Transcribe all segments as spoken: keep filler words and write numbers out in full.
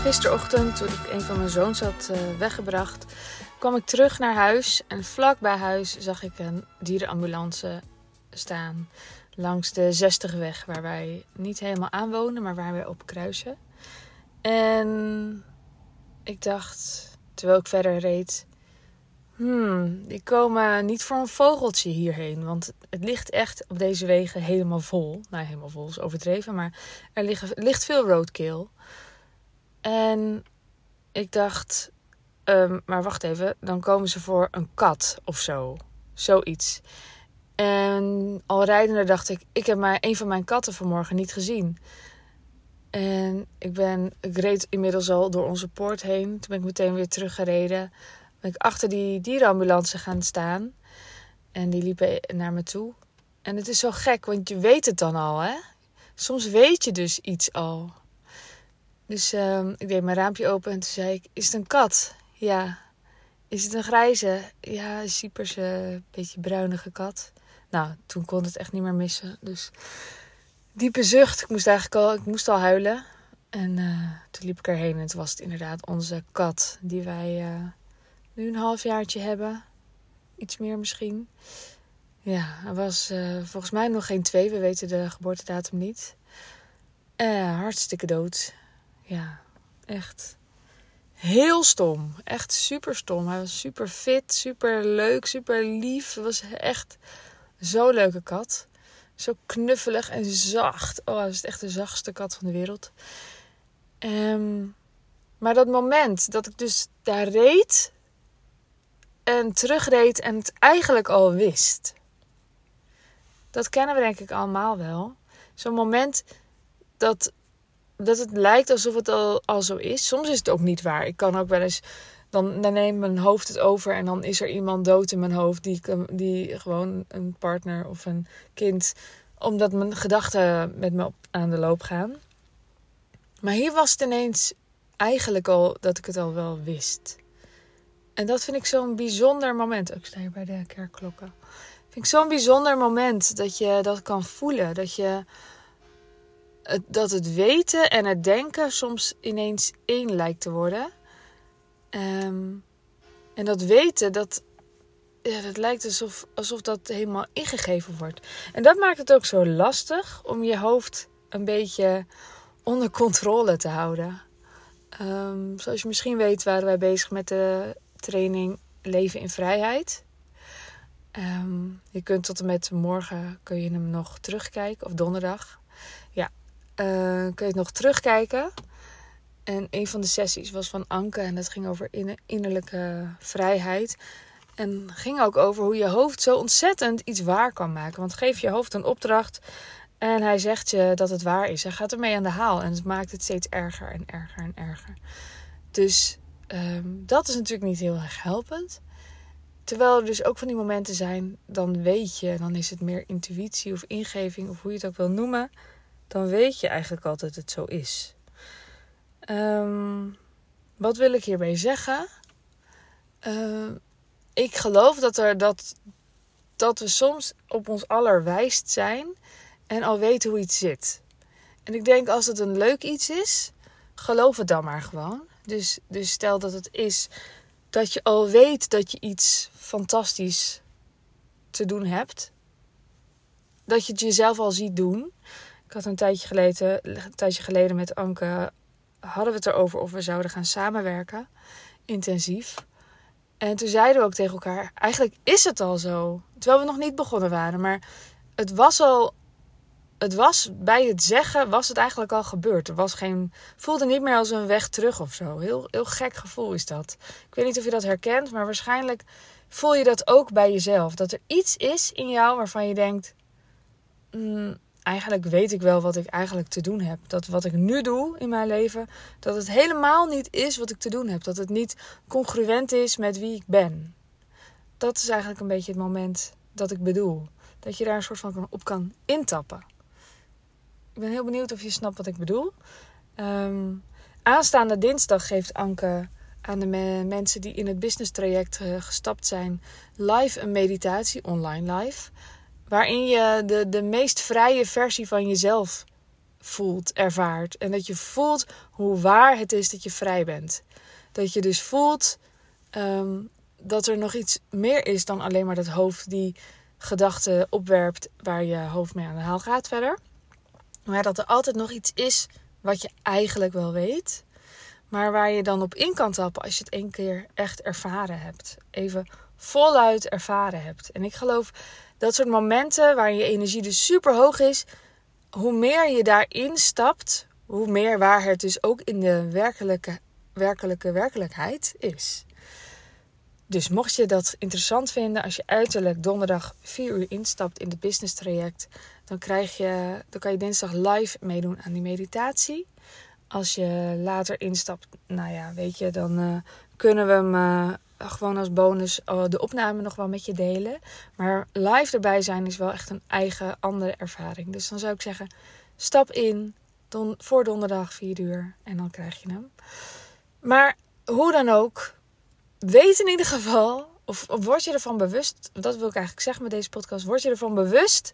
gisterochtend, toen ik een van mijn zoons had uh, weggebracht, kwam ik terug naar huis. En vlak bij huis zag ik een dierenambulance staan langs de zestigweg, waar wij niet helemaal aan wonen, maar waar wij op kruisen. En ik dacht, terwijl ik verder reed, hmm, die komen niet voor een vogeltje hierheen. Want het ligt echt op deze wegen helemaal vol. Nou, helemaal vol is overdreven, maar er ligt, ligt veel roadkill. En ik dacht, um, maar wacht even, dan komen ze voor een kat of zo. Zoiets. En al rijdende dacht ik, ik heb maar een van mijn katten vanmorgen niet gezien. En ik, ben, ik reed inmiddels al door onze poort heen. Toen ben ik meteen weer teruggereden. Ben ik achter die dierenambulance gaan staan. En die liepen naar me toe. En het is zo gek, want je weet het dan al, hè? Soms weet je dus iets al. Dus um, ik deed mijn raampje open en toen zei ik, is het een kat? Ja. Is het een grijze? Ja, een cyperse, beetje bruinige kat. Nou, toen kon het echt niet meer missen. Dus diepe zucht. Ik moest eigenlijk al, ik moest al huilen. En uh, toen liep ik erheen en toen was het inderdaad onze kat. Die wij uh, nu een halfjaartje hebben. Iets meer misschien. Ja, hij was uh, volgens mij nog geen twee. We weten de geboortedatum niet. Uh, hartstikke dood. Ja, echt heel stom. Echt super stom. Hij was super fit, super leuk, super lief. Het was echt zo'n leuke kat. Zo knuffelig en zacht. Oh, hij was echt de zachtste kat van de wereld. Um, maar dat moment dat ik dus daar reed en terugreed en het eigenlijk al wist. Dat kennen we denk ik allemaal wel. Zo'n moment dat, dat het lijkt alsof het al, al zo is. Soms is het ook niet waar. Ik kan ook wel eens, dan, dan neemt mijn hoofd het over en dan is er iemand dood in mijn hoofd. Die, die gewoon een partner of een kind, omdat mijn gedachten met me op, aan de loop gaan. Maar hier was het ineens eigenlijk al dat ik het al wel wist. En dat vind ik zo'n bijzonder moment. Ik sta hier bij de kerkklokken. Vind ik zo'n bijzonder moment dat je dat kan voelen. Dat je het, dat het weten en het denken soms ineens één lijkt te worden. Um, en dat weten, dat, ja, dat lijkt alsof, alsof dat helemaal ingegeven wordt. En dat maakt het ook zo lastig om je hoofd een beetje onder controle te houden. Um, zoals je misschien weet waren wij bezig met de training Leven in Vrijheid. Um, je kunt tot en met morgen kun je hem nog terugkijken. Of donderdag. Ja, uh, kun je het nog terugkijken. En een van de sessies was van Anke. En dat ging over innerlijke vrijheid. En ging ook over hoe je hoofd zo ontzettend iets waar kan maken. Want geef je hoofd een opdracht en hij zegt je dat het waar is. Hij gaat ermee aan de haal. En het maakt het steeds erger en erger en erger. Dus um, dat is natuurlijk niet heel erg helpend. Terwijl er dus ook van die momenten zijn, dan weet je, dan is het meer intuïtie of ingeving of hoe je het ook wil noemen. Dan weet je eigenlijk al dat het zo is. Um, wat wil ik hierbij zeggen? Uh, ik geloof dat, er, dat, dat we soms op ons allerwijst zijn en al weten hoe iets zit. En ik denk als het een leuk iets is, geloof het dan maar gewoon. Dus, dus stel dat het is dat je al weet dat je iets fantastisch te doen hebt. Dat je het jezelf al ziet doen. Ik had een tijdje geleden, een tijdje geleden met Anke, hadden we het erover of we zouden gaan samenwerken. Intensief. En toen zeiden we ook tegen elkaar, eigenlijk is het al zo. Terwijl we nog niet begonnen waren. Maar het was al, het was bij het zeggen, was het eigenlijk al gebeurd. Er was geen, voelde niet meer als een weg terug of zo. Heel, heel gek gevoel is dat. Ik weet niet of je dat herkent, maar waarschijnlijk voel je dat ook bij jezelf. Dat er iets is in jou waarvan je denkt, mm, eigenlijk weet ik wel wat ik eigenlijk te doen heb. Dat wat ik nu doe in mijn leven, dat het helemaal niet is wat ik te doen heb. Dat het niet congruent is met wie ik ben. Dat is eigenlijk een beetje het moment dat ik bedoel. Dat je daar een soort van op kan intappen. Ik ben heel benieuwd of je snapt wat ik bedoel. Um, aanstaande dinsdag geeft Anke aan de me- mensen die in het business traject uh, gestapt zijn live een meditatie, online live. Waarin je de, de meest vrije versie van jezelf voelt, ervaart. En dat je voelt hoe waar het is dat je vrij bent. Dat je dus voelt um, dat er nog iets meer is dan alleen maar dat hoofd die gedachten opwerpt waar je hoofd mee aan de haal gaat verder. Maar dat er altijd nog iets is wat je eigenlijk wel weet. Maar waar je dan op in kan tappen als je het één keer echt ervaren hebt. Even voluit ervaren hebt. En ik geloof dat soort momenten waar je energie dus super hoog is. Hoe meer je daarin stapt, hoe meer waar het dus ook in de werkelijke, werkelijke werkelijkheid is. Dus mocht je dat interessant vinden, als je uiterlijk donderdag vier uur instapt in het business traject, dan, krijg je, dan kan je dinsdag live meedoen aan die meditatie. Als je later instapt, nou ja, weet je, dan uh, kunnen we hem uh, gewoon als bonus uh, de opname nog wel met je delen. Maar live erbij zijn is wel echt een eigen andere ervaring. Dus dan zou ik zeggen, stap in don- voor donderdag vier uur en dan krijg je hem. Maar hoe dan ook, weet in ieder geval, of, of word je ervan bewust, dat wil ik eigenlijk zeggen met deze podcast, word je ervan bewust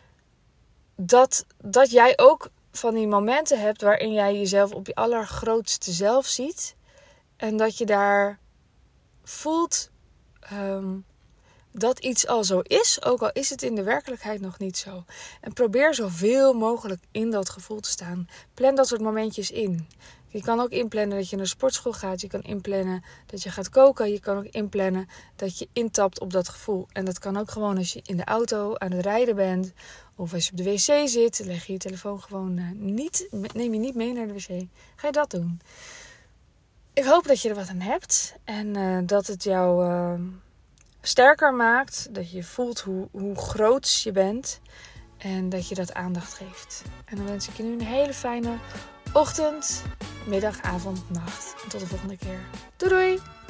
dat, dat jij ook van die momenten hebt waarin jij jezelf op je allergrootste zelf ziet. En dat je daar voelt um, dat iets al zo is, ook al is het in de werkelijkheid nog niet zo. En probeer zoveel mogelijk in dat gevoel te staan. Plan dat soort momentjes in. Je kan ook inplannen dat je naar de sportschool gaat. Je kan inplannen dat je gaat koken. Je kan ook inplannen dat je intapt op dat gevoel. En dat kan ook gewoon als je in de auto aan het rijden bent. Of als je op de wc zit. Leg je je telefoon gewoon uh, niet. Neem je niet mee naar de wc. Ga je dat doen. Ik hoop dat je er wat aan hebt. En uh, dat het jou uh, sterker maakt. Dat je voelt hoe, hoe groot je bent. En dat je dat aandacht geeft. En dan wens ik je nu een hele fijne ochtend, middag, avond, nacht. En tot de volgende keer. Doei doei!